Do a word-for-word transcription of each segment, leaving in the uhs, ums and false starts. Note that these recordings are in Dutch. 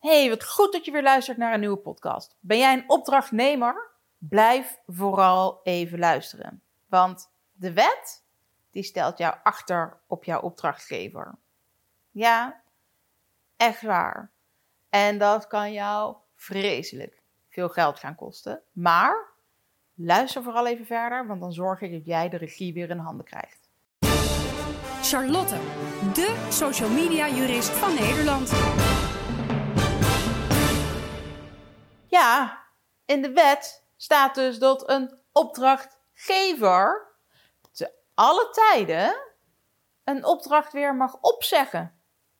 Hey, wat goed dat je weer luistert naar een nieuwe podcast. Ben jij een opdrachtnemer? Blijf vooral even luisteren. Want de wet, die stelt jou achter op jouw opdrachtgever. Ja, echt waar. En dat kan jou vreselijk veel geld gaan kosten. Maar luister vooral even verder, want dan zorg ik dat jij de regie weer in handen krijgt. Charlotte, de social media jurist van Nederland. Ja, in de wet staat dus dat een opdrachtgever te alle tijden een opdracht weer mag opzeggen.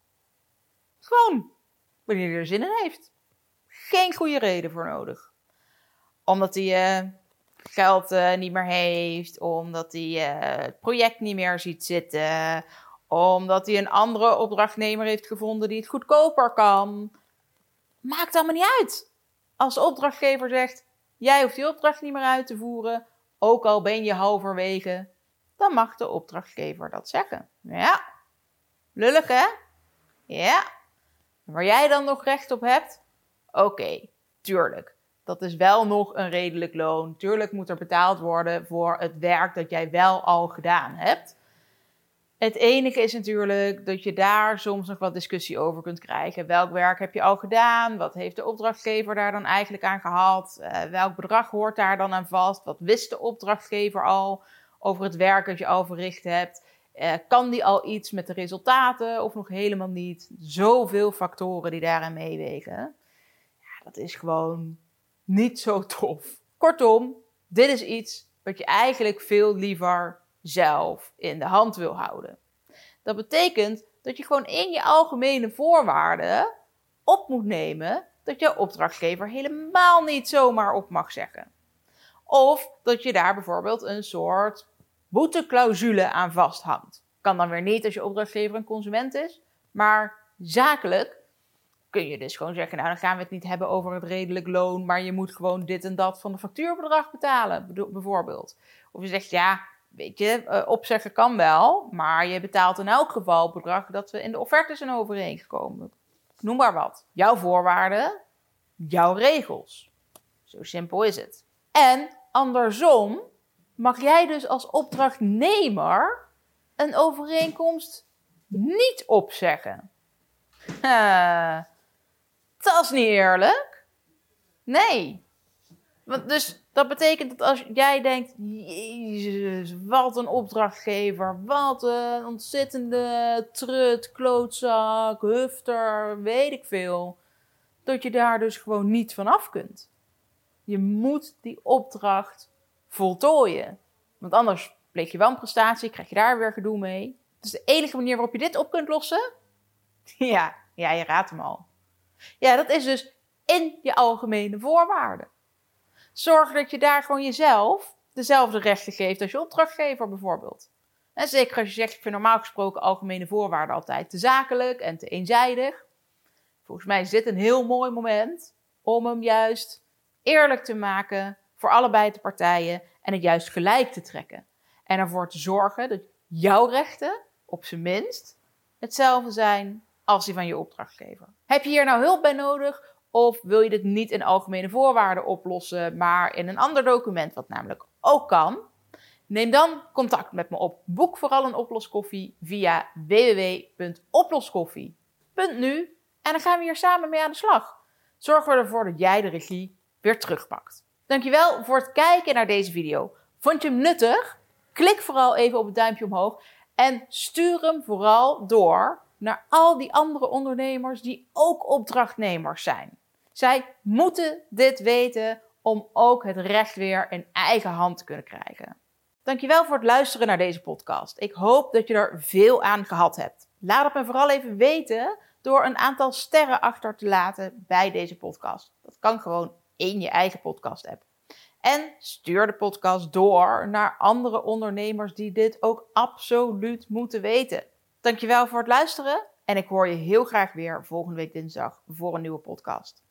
Gewoon, wanneer hij er zin in heeft. Geen goede reden voor nodig. Omdat hij uh, geld uh, niet meer heeft, omdat hij uh, het project niet meer ziet zitten, omdat hij een andere opdrachtnemer heeft gevonden die het goedkoper kan. Maakt allemaal niet uit. Als de opdrachtgever zegt, jij hoeft die opdracht niet meer uit te voeren, ook al ben je halverwege, dan mag de opdrachtgever dat zeggen. Ja, lullig hè? Ja. Waar jij dan nog recht op hebt? Oké, okay, tuurlijk. Dat is wel nog een redelijk loon. Tuurlijk moet er betaald worden voor het werk dat jij wel al gedaan hebt. Het enige is natuurlijk dat je daar soms nog wat discussie over kunt krijgen. Welk werk heb je al gedaan? Wat heeft de opdrachtgever daar dan eigenlijk aan gehad? Uh, welk bedrag hoort daar dan aan vast? Wat wist de opdrachtgever al over het werk dat je al verricht hebt? Uh, kan die al iets met de resultaten of nog helemaal niet? Zoveel factoren die daaraan meewegen. Ja, dat is gewoon niet zo tof. Kortom, dit is iets wat je eigenlijk veel liever zelf in de hand wil houden. Dat betekent dat je gewoon in je algemene voorwaarden op moet nemen dat jouw opdrachtgever helemaal niet zomaar op mag zeggen. Of dat je daar bijvoorbeeld een soort boeteclausule aan vasthangt. Kan dan weer niet als je opdrachtgever een consument is, maar zakelijk kun je dus gewoon zeggen, nou dan gaan we het niet hebben over het redelijk loon, maar je moet gewoon dit en dat van de factuurbedrag betalen, bijvoorbeeld. Of je zegt, ja, weet je, uh, opzeggen kan wel, maar je betaalt in elk geval het bedrag dat we in de offerte zijn overeengekomen. Noem maar wat. Jouw voorwaarden, jouw regels. Zo simpel is het. En andersom mag jij dus als opdrachtnemer een overeenkomst niet opzeggen. Uh, dat is niet eerlijk. Nee. Want dus dat betekent dat als jij denkt, jezus, wat een opdrachtgever, wat een ontzettende trut, klootzak, hufter, weet ik veel, dat je daar dus gewoon niet van af kunt. Je moet die opdracht voltooien. Want anders pleeg je wel een prestatie, krijg je daar weer gedoe mee. Dus de enige manier waarop je dit op kunt lossen, ja, ja, je raadt hem al. Ja, dat is dus in je algemene voorwaarden. Zorg dat je daar gewoon jezelf dezelfde rechten geeft als je opdrachtgever bijvoorbeeld. En zeker als je zegt, ik vind normaal gesproken algemene voorwaarden altijd te zakelijk en te eenzijdig. Volgens mij is dit een heel mooi moment om hem juist eerlijk te maken voor allebei de partijen en het juist gelijk te trekken. En ervoor te zorgen dat jouw rechten op zijn minst hetzelfde zijn als die van je opdrachtgever. Heb je hier nou hulp bij nodig? Of wil je dit niet in algemene voorwaarden oplossen, maar in een ander document, wat namelijk ook kan? Neem dan contact met me op. Boek vooral een oploskoffie via w w w punt oploskoffie punt n u en dan gaan we hier samen mee aan de slag. Zorgen we ervoor dat jij de regie weer terugpakt. Dankjewel voor het kijken naar deze video. Vond je hem nuttig? Klik vooral even op het duimpje omhoog en stuur hem vooral door naar al die andere ondernemers die ook opdrachtnemers zijn. Zij moeten dit weten om ook het recht weer in eigen hand te kunnen krijgen. Dankjewel voor het luisteren naar deze podcast. Ik hoop dat je er veel aan gehad hebt. Laat het me vooral even weten door een aantal sterren achter te laten bij deze podcast. Dat kan gewoon in je eigen podcast-app. En stuur de podcast door naar andere ondernemers die dit ook absoluut moeten weten. Dankjewel voor het luisteren en ik hoor je heel graag weer volgende week dinsdag voor een nieuwe podcast.